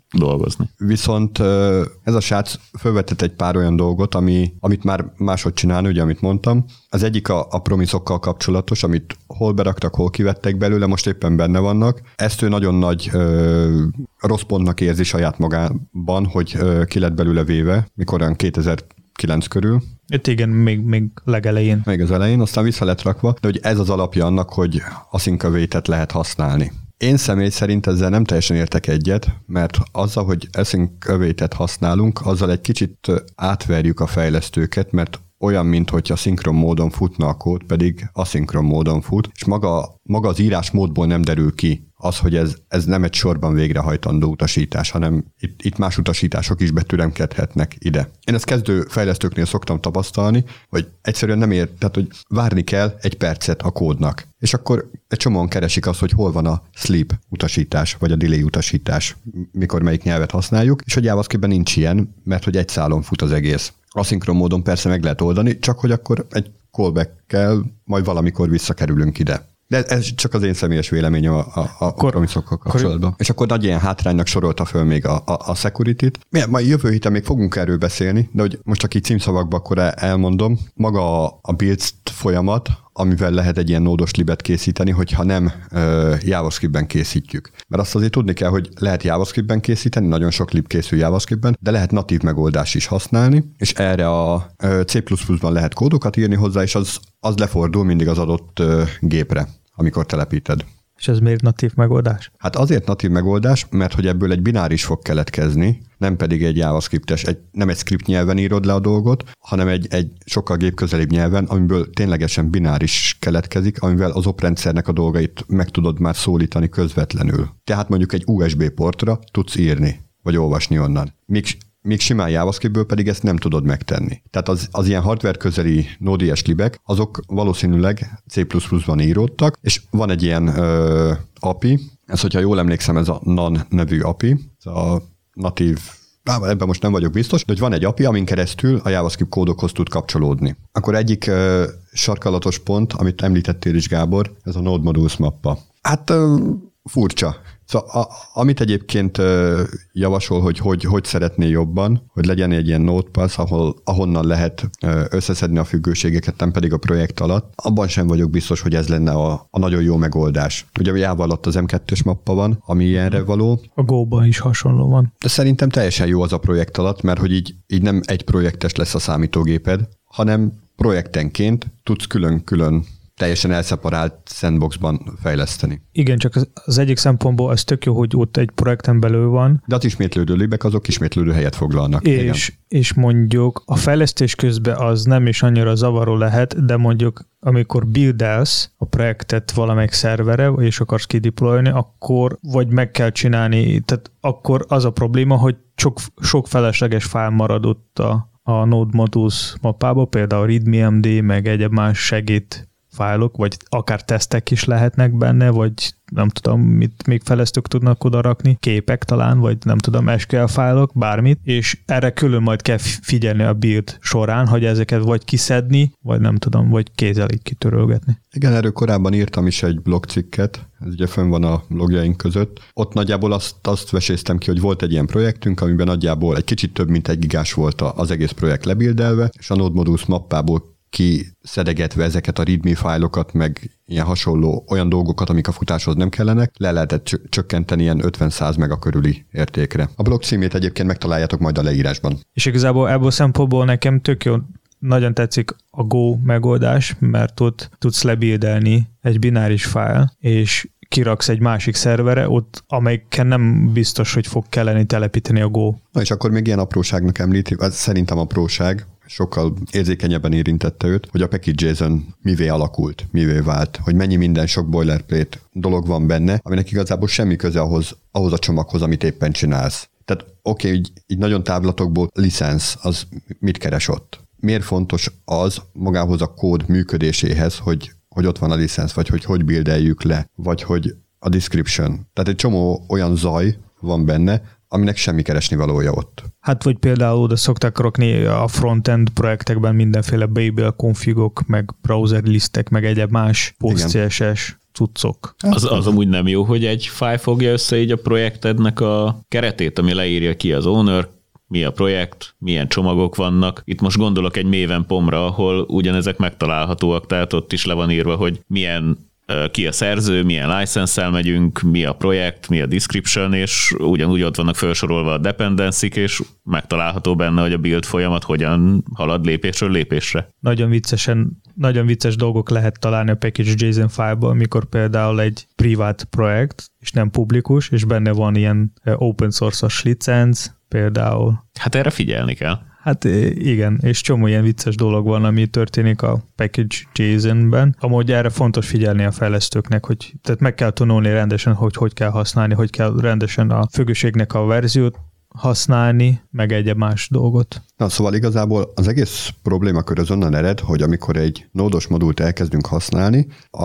dolgozni. Viszont ez a srác felvetett egy pár olyan dolgot, ami, amit már máshogy csinálni, ugye, amit mondtam. Az egyik a, a promiszokkal kapcsolatos, amit hol beraktak, hol kivettek belőle, most éppen benne vannak. Ezt ő nagyon nagy ö, rossz pontnak érzi saját magában, hogy ö, ki lett belőle véve, mikor olyan kétezer-kilenc körül. Itt igen, még, még legelején. Még az elején, aztán vissza lett rakva, de hogy ez az alapja annak, hogy async await-et lehet használni. Én személy szerint ezzel nem teljesen értek egyet, mert azzal, hogy async await-et használunk, azzal egy kicsit átverjük a fejlesztőket, mert olyan, mintha szinkron módon futna a kód, pedig aszinkron módon fut, és maga, maga az írásmódból nem derül ki az, hogy ez, ez nem egy sorban végrehajtandó utasítás, hanem itt, itt más utasítások is betüremkedhetnek ide. Én ezt kezdő fejlesztőknél szoktam tapasztalni, hogy egyszerűen nem ér, tehát hogy várni kell egy percet a kódnak. És akkor egy csomóan keresik azt, hogy hol van a sleep utasítás, vagy a delay utasítás, mikor melyik nyelvet használjuk, és hogy JavaScriptben nincs ilyen, mert hogy egy szálon fut az egész. Aszinkron módon persze meg lehet oldani, csak hogy akkor egy callback-kel majd valamikor visszakerülünk ide. De ez csak az én személyes véleményem a, a, a promiszokkal kapcsolatban. Akkor... És akkor nagy ilyen hátránynak sorolta föl még a, a, a security-t. Majd jövő héten még fogunk erről beszélni, de hogy most csak így címszavakba akkor elmondom, maga a, a build folyamat, amivel lehet egy ilyen nódos libet készíteni, hogyha nem uh, JavaScriptben készítjük. Mert azt azért tudni kell, hogy lehet JavaScriptben készíteni, nagyon sok lib készül JavaScriptben, de lehet natív megoldást is használni, és erre a uh, C plusz pluszban lehet kódokat írni hozzá, és az, az lefordul mindig az adott uh, gépre, amikor telepíted. És ez miért natív megoldás? Hát azért natív megoldás, mert hogy ebből egy bináris fog keletkezni, nem pedig egy JavaScriptes, egy, nem egy script nyelven írod le a dolgot, hanem egy, egy sokkal gépközelibb nyelven, amiből ténylegesen bináris keletkezik, amivel az oprendszernek a dolgait meg tudod már szólítani közvetlenül. Tehát mondjuk egy u es bé portra tudsz írni, vagy olvasni onnan. Míg Míg simán JavaScriptből pedig ezt nem tudod megtenni. Tehát az, az ilyen hardware közeli Node.js libek, azok valószínűleg C plusz pluszban íródtak, és van egy ilyen ö, á pé i, ez, hogyha jól emlékszem, ez a nan nevű á pé i, ez a natív, ebben most nem vagyok biztos, de hogy van egy á pé i, amin keresztül a JavaScript kódokhoz tud kapcsolódni. Akkor egyik ö, sarkalatos pont, amit említettél is, Gábor, ez a Node Modules mappa. Hát ö, furcsa. Szóval a, amit egyébként ö, javasol, hogy, hogy hogy szeretné jobban, hogy legyen egy ilyen notepass, ahol, ahonnan lehet ö, összeszedni a függőségeket, nem pedig a projekt alatt, abban sem vagyok biztos, hogy ez lenne a, a nagyon jó megoldás. Ugye a Java alatt az em kettős mappa van, ami ilyenre való. A Go-ban is hasonló van. De szerintem teljesen jó az a projekt alatt, mert hogy így, így nem egy projektes lesz a számítógéped, hanem projektenként tudsz külön-külön teljesen elszeparált sandboxban fejleszteni. Igen, csak az, az egyik szempontból az tök jó, hogy ott egy projekten belül van. De az ismétlődő libek, azok ismétlődő helyet foglalnak. És, és mondjuk a fejlesztés közben az nem is annyira zavaró lehet, de mondjuk amikor buildelsz a projektet valamelyik szervere, és akarsz kideployni, akkor vagy meg kell csinálni, tehát akkor az a probléma, hogy sok, sok felesleges fájl marad ott a, a Node Modules mappába, például readme.md, meg egyéb más segít fájlok, vagy akár tesztek is lehetnek benne, vagy nem tudom, mit még fejlesztők tudnak oda rakni, képek talán, vagy nem tudom, es kú el fájlok, bármit, és erre külön majd kell figyelni a build során, hogy ezeket vagy kiszedni, vagy nem tudom, vagy kézzel így kitörölgetni. Igen, erről korábban írtam is egy blogcikket, ez ugye fönn van a blogjaink között. Ott nagyjából azt, azt veséztem ki, hogy volt egy ilyen projektünk, amiben nagyjából egy kicsit több mint egy gigás volt az egész projekt lebildelve, és a Node Modules mappából kiszedegetve ezeket a readme fájlokat, meg ilyen hasonló olyan dolgokat, amik a futáshoz nem kellenek, le lehetett csökkenteni ilyen ötven-száz mega körüli értékre. A blog címét egyébként megtaláljátok majd a leírásban. És igazából ebből szempontból nekem tök jó, nagyon tetszik a Go megoldás, mert ott tudsz lebildelni egy bináris fájl, és kiraksz egy másik szervere, ott, amelyiken nem biztos, hogy fog kelleni telepíteni a Go. Na és akkor még ilyen apróságnak említik, az szerintem apróság, sokkal érzékenyebben érintette őt, hogy a package.json mivé alakult, mivé vált, hogy mennyi minden sok boilerplate dolog van benne, aminek igazából semmi köze ahhoz, ahhoz a csomaghoz, amit éppen csinálsz. Tehát oké, okay, így, így nagyon távlatokból licensz, az mit keres ott? Miért fontos az magához a kód működéséhez, hogy, hogy ott van a licensz, vagy hogy hogy buildeljük le, vagy hogy a description. Tehát egy csomó olyan zaj van benne, aminek semmi keresni valója ott. Hát vagy például oda szokták rakni a frontend projektekben mindenféle Babel konfigok, meg browser lisztek, meg egyéb más post cé es es cuccok. Az, az amúgy nem jó, hogy egy file fogja össze így a projektednek a keretét, ami leírja ki az owner, mi a projekt, milyen csomagok vannak. Itt most gondolok egy Maven pomra, ahol ugyanezek megtalálhatóak, tehát ott is le van írva, hogy milyen ki a szerző, milyen license-szel megyünk, mi a projekt, mi a description, és ugyanúgy ott vannak felsorolva a dependency-k, és megtalálható benne, hogy a build folyamat hogyan halad lépésről lépésre. Nagyon viccesen, nagyon vicces dolgok lehet találni a package.json file-ban, amikor például egy privát projekt, és nem publikus, és benne van ilyen open source-os licenc, például. Hát erre figyelni kell. Hát igen, és csomó ilyen vicces dolog van, ami történik a package.json-ben. Amúgy erre fontos figyelni a fejlesztőknek, hogy tehát meg kell tanulni rendesen, hogy hogy kell használni, hogy kell rendesen a függőségnek a verziót használni, meg egyéb más dolgot. Na, szóval igazából az egész problémakör az onnan ered, hogy amikor egy nódos modult elkezdünk használni,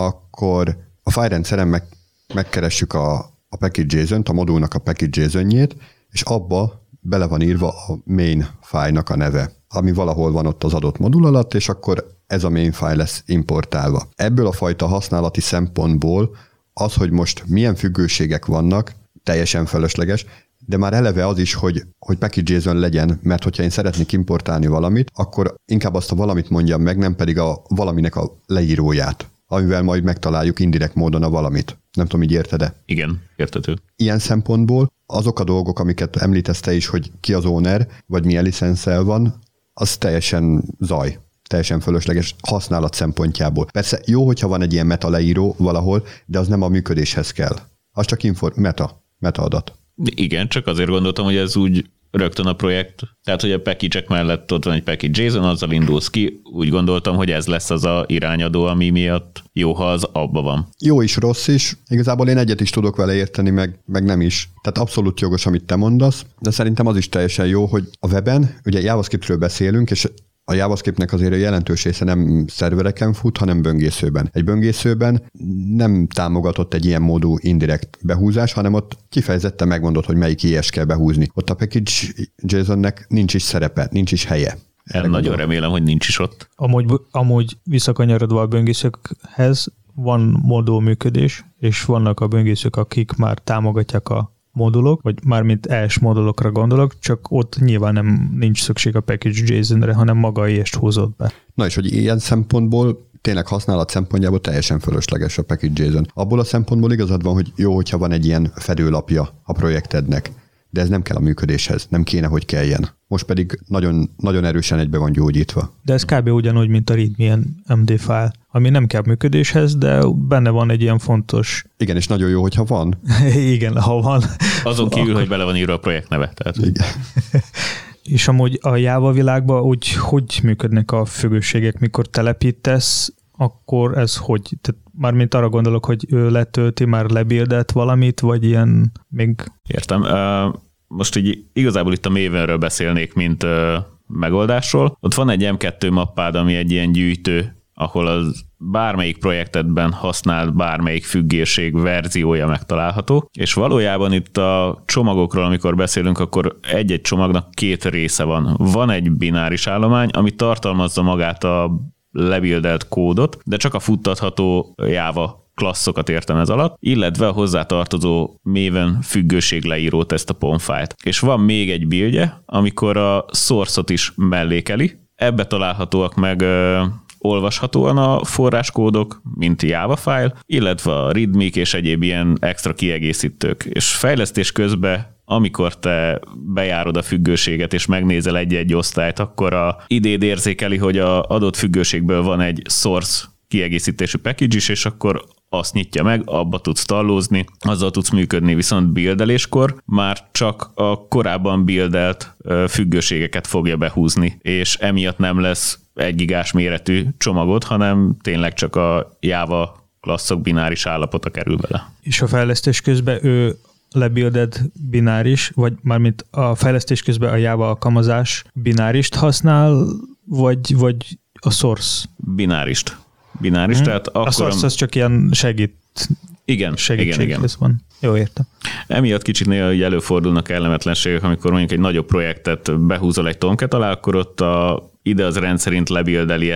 akkor a fájlrendszeren meg, megkeressük a, a package.json-t, a modulnak a package.json-jét, és abba bele van írva a main file-nak a neve, ami valahol van ott az adott modul alatt, és akkor ez a main file lesz importálva. Ebből a fajta használati szempontból az, hogy most milyen függőségek vannak, teljesen felesleges, de már eleve az is, hogy, hogy package.json legyen, mert hogyha én szeretnék importálni valamit, akkor inkább azt a valamit mondjam meg, nem pedig a valaminek a leíróját, amivel majd megtaláljuk indirekt módon a valamit. Nem tudom, így érted-e? Igen, értető. Ilyen szempontból azok a dolgok, amiket említesz te is, hogy ki az owner, vagy milyen licenszel van, az teljesen zaj, teljesen fölösleges használat szempontjából. Persze jó, hogyha van egy ilyen meta leíró valahol, de az nem a működéshez kell. Az csak infor- meta, meta adat. Igen, csak azért gondoltam, hogy ez úgy rögtön a projekt, tehát hogy a package-ek mellett ott van egy package.json, azzal indulsz ki, úgy gondoltam, hogy ez lesz az a irányadó, ami miatt jó, ha az abba van. Jó is, rossz is. Igazából én egyet is tudok vele érteni, meg, meg nem is. Tehát abszolút jogos, amit te mondasz, de szerintem az is teljesen jó, hogy a weben, ugye JavaScriptről beszélünk, és a JavaScriptnek azért a jelentős része nem szervereken fut, hanem böngészőben. Egy böngészőben nem támogatott egy ilyen módú indirekt behúzás, hanem ott kifejezetten megmondott, hogy melyik i es kell behúzni. Ott a package.json-nek nincs is szerepe, nincs is helye. Én nagyon gondolom. Remélem, hogy nincs is ott. Amúgy, amúgy visszakanyarodva a böngészőkhez van modul működés, és vannak a böngészők, akik már támogatják a modulok, vagy mármint e es modulokra gondolok, csak ott nyilván nem nincs szükség a package.json-re, hanem maga a i est húzott be. Na és hogy ilyen szempontból tényleg használat szempontjából teljesen fölösleges a package.json. Abból a szempontból igazad van, hogy jó, hogyha van egy ilyen fedőlapja a projektednek, de ez nem kell a működéshez, nem kéne, hogy kelljen. Most pedig nagyon, nagyon erősen egybe van gyógyítva. De ez kb. Ugyanúgy, mint a readme em dé file, ami nem kell működéshez, de benne van egy ilyen fontos... Igen, és nagyon jó, hogyha van. Igen, ha van. Azon kívül, akkor... hogy bele van írva a projekt neve. Tehát... Igen. És amúgy a Java világban úgy hogy működnek a függőségek, mikor telepítesz, akkor ez hogy? Tehát mármint arra gondolok, hogy ő letölti, már lebuildelt valamit, vagy ilyen még... Értem. Most így igazából itt a Mavenről beszélnék, mint megoldásról. Ott van egy em kettő mappád, ami egy ilyen gyűjtő, ahol az bármelyik projektedben használt bármelyik függőség verziója megtalálható, és valójában itt a csomagokról, amikor beszélünk, akkor egy-egy csomagnak két része van. Van egy bináris állomány, ami tartalmazza magát a lebuildelt kódot, de csak a futtatható Java klasszokat értem ez alatt, illetve a hozzátartozó Maven függőség leírót, ezt a pomfájt. És van még egy buildje, amikor a source-ot is mellékeli, ebbe találhatóak meg ö, olvashatóan a forráskódok, mint Java file, illetve a readme-k és egyéb ilyen extra kiegészítők. És fejlesztés közben, amikor te bejárod a függőséget és megnézel egy-egy osztályt, akkor a idéd érzékeli, hogy a adott függőségből van egy source kiegészítésű package is, és akkor azt nyitja meg, abba tudsz tallózni, azzal tudsz működni, viszont buildeléskor már csak a korábban buildelt függőségeket fogja behúzni, és emiatt nem lesz egy gigás méretű csomagod, hanem tényleg csak a Java klasszok bináris állapota kerül bele. És a fejlesztés közben ő lebuilded bináris, vagy mármint a fejlesztés közben a Java alkalmazás binárist használ, vagy, vagy a source? Binárist. Bináris, hmm. tehát akkor... A source az csak ilyen segít. Igen, igen, igen. Van. Jó, értem. Emiatt kicsit néha előfordulnak kellemetlenségek, amikor mondjuk egy nagyobb projektet behúzol egy Tomcat alá, akkor ott a, ide az rendszerint lebuildeli ezt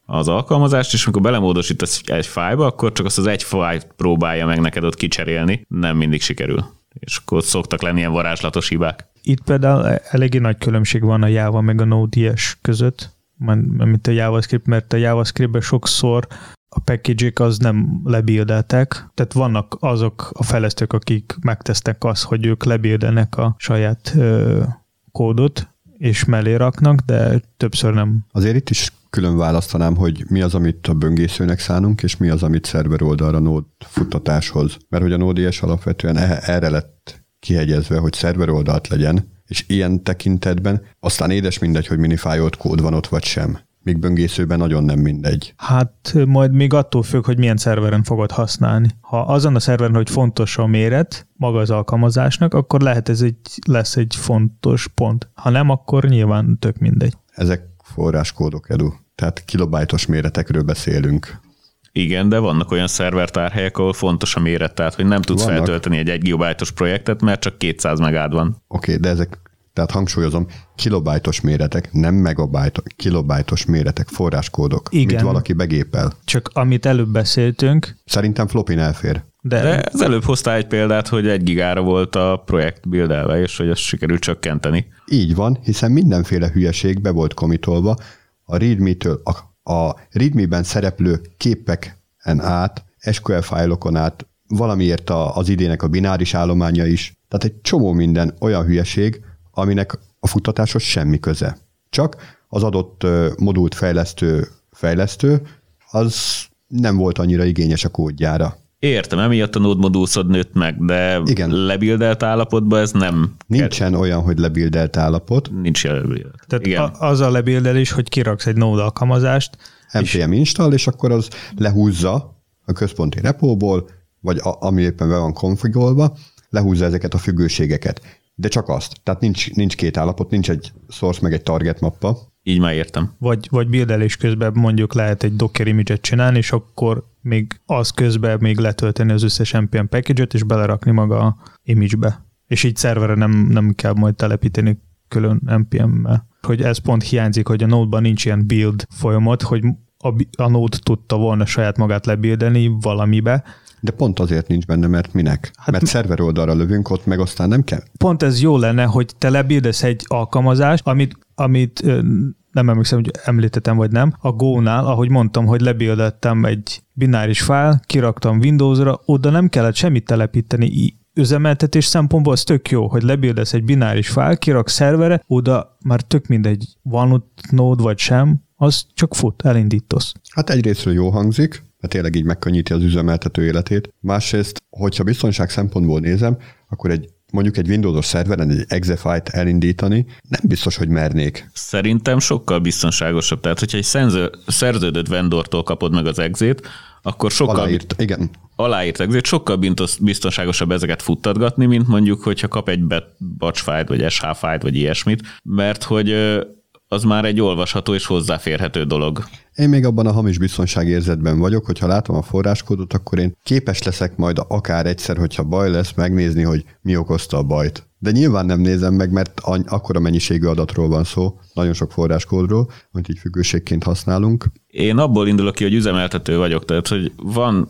az alkalmazást, és amikor belemódosítasz egy fájlba, akkor csak azt az egy fájlt próbálja meg neked ott kicserélni, nem mindig sikerül. És akkor ott szoktak lenni ilyen varázslatos hibák. Itt például eléggé nagy különbség van a Java meg a Node.js között, mint a JavaScript, mert a JavaScriptben sokszor a package-ek az nem lebuildeltek, tehát vannak azok a fejlesztők, akik megtesztek azt, hogy ők lebuildelnek a saját ö, kódot, és mellé raknak, de többször nem. Azért itt is külön választanám, hogy mi az, amit a böngészőnek szánunk, és mi az, amit szerver oldalra Node futtatáshoz. Mert hogy a Node.js alapvetően erre lett kihegyezve, hogy szerver oldalt legyen, és ilyen tekintetben aztán édes mindegy, hogy minifájolt kód van ott vagy sem. Míg böngészőben nagyon nem mindegy. Hát majd még attól függ, hogy milyen szerveren fogod használni. Ha azon a szerveren, hogy fontos a méret maga az alkalmazásnak, akkor lehet ez egy, lesz egy fontos pont. Ha nem, akkor nyilván tök mindegy. Ezek forráskódok, Edu. Tehát kilobájtos méretekről beszélünk. Igen, de vannak olyan szervertárhelyek, ahol fontos a méret, tehát hogy nem tudsz vannak. feltölteni egy egy gigabájtos projektet, mert csak kétszáz megád van. Oké, okay, de ezek, tehát hangsúlyozom, kilobájtos méretek, nem megabájtos, kilobájtos méretek, forráskódok, igen. Mit valaki begépel. Csak amit előbb beszéltünk. Szerintem flopin elfér. De, de az előbb hoztál egy példát, hogy egy gigára volt a projekt buildelve, és hogy ezt sikerült csökkenteni. Így van, hiszen mindenféle hülyeség be volt komitolva a readme-től, a a readme-ben szereplő képeken át, es kú el fájlokon át, valamiért a, az idének a bináris állománya is. Tehát egy csomó minden olyan hülyeség, aminek a futtatáshoz semmi köze. Csak az adott modult fejlesztő fejlesztő, az nem volt annyira igényes a kódjára. Értem, emiatt a Node modulszod nőtt meg, de igen. Lebuildelt állapotban ez nem... Nincsen kell. Olyan, hogy lebuildelt állapot. Nincs lebuildelt. Tehát igen. A, az a lebuildelés, hogy kiraksz egy Node alkalmazást. em pé em és... install, és akkor az lehúzza a központi repóból, vagy a, ami éppen be van konfigolva, lehúzza ezeket a függőségeket. De csak azt. Tehát nincs, nincs két állapot, nincs egy source meg egy target mappa. Így már értem. Vagy, vagy buildelés közben mondjuk lehet egy Docker image-et csinálni, és akkor még az közben még letölteni az összes en pé em package-et, és belerakni maga a image-be. És így szerverre nem, nem kell majd telepíteni külön en pé em-mel. Hogy ez pont hiányzik, hogy a Node-ban nincs ilyen build folyamat, hogy a, a Node tudta volna saját magát lebuildeni valamibe. De pont azért nincs benne, mert minek? Hát mert szerver oldalra lövünk, ott meg aztán nem kell. Pont ez jó lenne, hogy te lebuildesz egy alkalmazást, amit, amit nem emlékszem, hogy említettem vagy nem, a Go-nál, ahogy mondtam, hogy lebuildettem egy bináris fájl, kiraktam Windowsra, oda nem kellett semmit telepíteni, üzemeltetés szempontból az tök jó, hogy lebuildesz egy bináris fájl, kirak szerverre, oda már tök mindegy, van ott Node vagy sem, az csak fut, elindítasz. Hát egyrésztről jó hangzik, mert tényleg így megkönnyíti az üzemeltető életét. Másrészt, hogyha biztonság szempontból nézem, akkor egy mondjuk egy Windows-os szerveren egy exe fájlt elindítani, nem biztos, hogy mernék. Szerintem sokkal biztonságosabb. Tehát, hogyha egy szerző, szerződött vendortól kapod meg az exét, akkor sokkal... Aláírt, igen. Aláírt exét, sokkal biztonságosabb ezeket futtatgatni, mint mondjuk, hogyha kap egy batch fájlt, vagy es há fájlt, vagy ilyesmit, mert hogy az már egy olvasható és hozzáférhető dolog. Én még abban a hamis biztonságérzetben vagyok, hogyha látom a forráskódot, akkor én képes leszek majd akár egyszer, hogyha baj lesz, megnézni, hogy mi okozta a bajt. De nyilván nem nézem meg, mert akkora mennyiségű adatról van szó, nagyon sok forráskódról, amit így függőségként használunk. Én abból indulok ki, hogy üzemeltető vagyok, tehát hogy van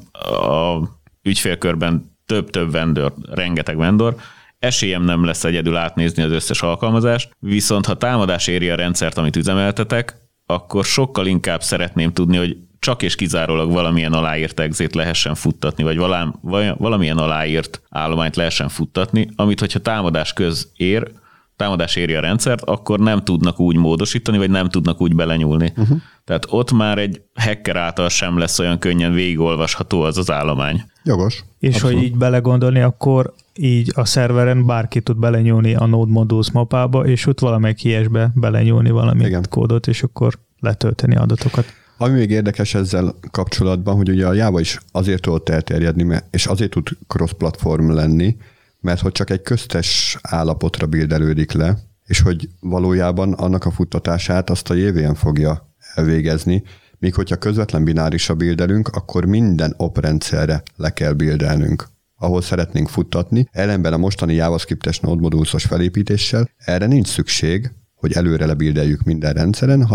a ügyfélkörben több-több vendor, rengeteg vendor, esélyem nem lesz egyedül átnézni az összes alkalmazást, viszont ha támadás éri a rendszert, amit üzemeltetek, akkor sokkal inkább szeretném tudni, hogy csak és kizárólag valamilyen aláírt exét lehessen futtatni, vagy valamilyen aláírt állományt lehessen futtatni, amit hogyha támadás köz ér, támadás éri a rendszert, akkor nem tudnak úgy módosítani, vagy nem tudnak úgy belenyúlni. Uh-huh. Tehát ott már egy hacker által sem lesz olyan könnyen végigolvasható az az állomány. Jogos. És abszolút. Hogy így belegondolni, akkor így a szerveren bárki tud belenyúlni a Node Modules mapába, és ott valamelyik ilyesbe belenyúlni valami igen. kódot, és akkor letölteni adatokat. Ami még érdekes ezzel kapcsolatban, hogy ugye a Java is azért tudott elterjedni, és azért tud cross-platform lenni, mert hogy csak egy köztes állapotra buildelődik le, és hogy valójában annak a futtatását azt a jé vé em fogja elvégezni, míg hogyha közvetlen binárisra buildelünk, akkor minden oprendszerre le kell buildelnünk, ahol szeretnénk futtatni. Ellenben a mostani JavaScript-es Node Modules-os felépítéssel erre nincs szükség, hogy előre lebuildeljük minden rendszeren, hanem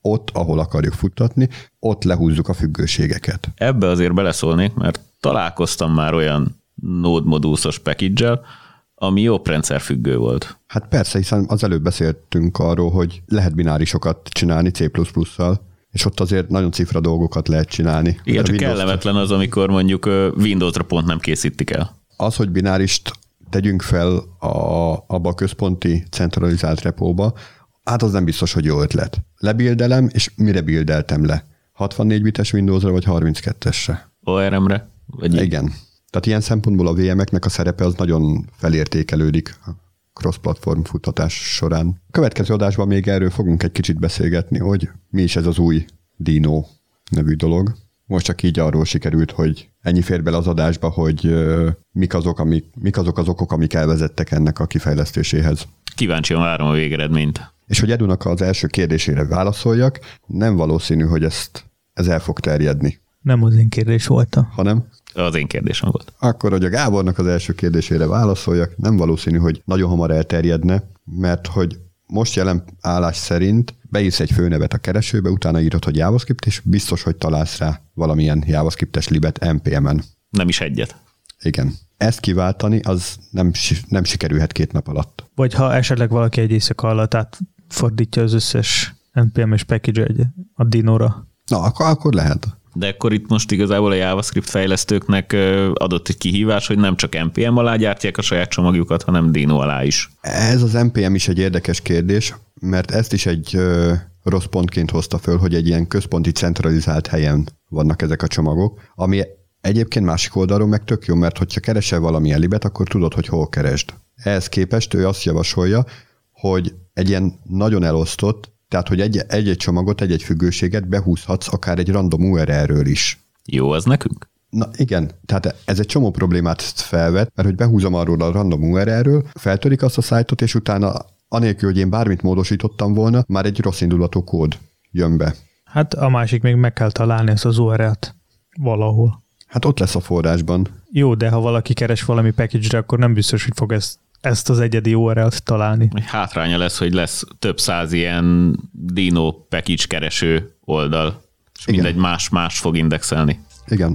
ott, ahol akarjuk futtatni, ott lehúzzuk a függőségeket. Ebbe azért beleszólnék, mert találkoztam már olyan Node modulsos package-el, ami jobb rendszerfüggő volt. Hát persze, hiszen az előbb beszéltünk arról, hogy lehet binárisokat csinálni cé plusz plusszal, és ott azért nagyon cifra dolgokat lehet csinálni. Igen, csak kellemetlen az, amikor mondjuk Windowsra pont nem készítik el. Az, hogy binárist tegyünk fel a, abba a központi centralizált repóba, hát az nem biztos, hogy jó ötlet. Lebildelem, és mire bildeltem le? hatvannégy bites Windowsra, vagy harminckettesre? o er em-re? Vagy Igen. Tehát ilyen szempontból a vé em-eknek a szerepe az nagyon felértékelődik a cross-platform futtatás során. A következő adásban még erről fogunk egy kicsit beszélgetni, hogy mi is ez az új Dino nevű dolog. Most csak így arról sikerült, hogy ennyi fér bele az adásba, hogy uh, mik, azok, amik, mik azok az okok, amik elvezettek ennek a kifejlesztéséhez. Kíváncsian várom a végeredményt. És hogy Edunak az első kérdésére válaszoljak, nem valószínű, hogy ezt, ez el fog terjedni. Nem az én kérdés volt. Hanem? Az én kérdésem volt. Akkor, hogy a Gábornak az első kérdésére válaszoljak, nem valószínű, hogy nagyon hamar elterjedne, mert hogy most jelen állás szerint beírsz egy főnevet a keresőbe, utána írod, hogy JavaScript, és biztos, hogy találsz rá valamilyen JavaScriptes libet en pé em-en. Nem is egyet. Igen. Ezt kiváltani, az nem, nem sikerülhet két nap alatt. Vagy ha esetleg valaki egy éjszaka alatt átfordítja az összes en pé em-es package a Dino-ra. Na, akkor, akkor lehet. De akkor itt most igazából a JavaScript fejlesztőknek adott egy kihívás, hogy nem csak en pé em alá gyártják a saját csomagjukat, hanem Dino alá is. Ez az en pé em is egy érdekes kérdés, mert ezt is egy ö, rossz pontként hozta föl, hogy egy ilyen központi centralizált helyen vannak ezek a csomagok, ami egyébként másik oldalról meg tök jó, mert hogyha keresel valamilyen libet, akkor tudod, hogy hol keresd. Ehhez képest ő azt javasolja, hogy egy ilyen nagyon elosztott, tehát, hogy egy- egy-egy csomagot, egy-egy függőséget behúzhatsz akár egy random u er el-ről is. Jó az nekünk? Na igen, tehát ez egy csomó problémát felvet, mert hogy behúzom arról a random u er el-ről, feltörik azt a szájtot, és utána anélkül, hogy én bármit módosítottam volna, már egy rossz indulatú kód jön be. Hát a másik még meg kell találni ezt az u er el-t valahol. Hát ott lesz a forrásban. Jó, de ha valaki keres valami package-re, akkor nem biztos, hogy fog ezt, ezt az egyedi u er el-t találni. Egy hátránya lesz, hogy lesz több száz ilyen Dino package kereső oldal, és Igen. mindegy más-más fog indexelni. Igen.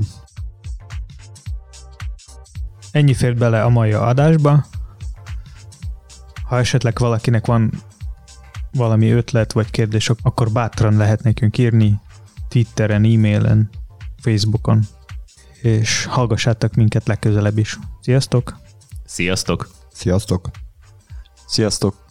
Ennyi fért bele a mai adásba. Ha esetleg valakinek van valami ötlet vagy kérdés, akkor bátran lehet nekünk írni Twitteren, e-mailen, Facebookon, és hallgassátok minket legközelebb is. Sziasztok! Sziasztok! Sziasztok! Sziasztok!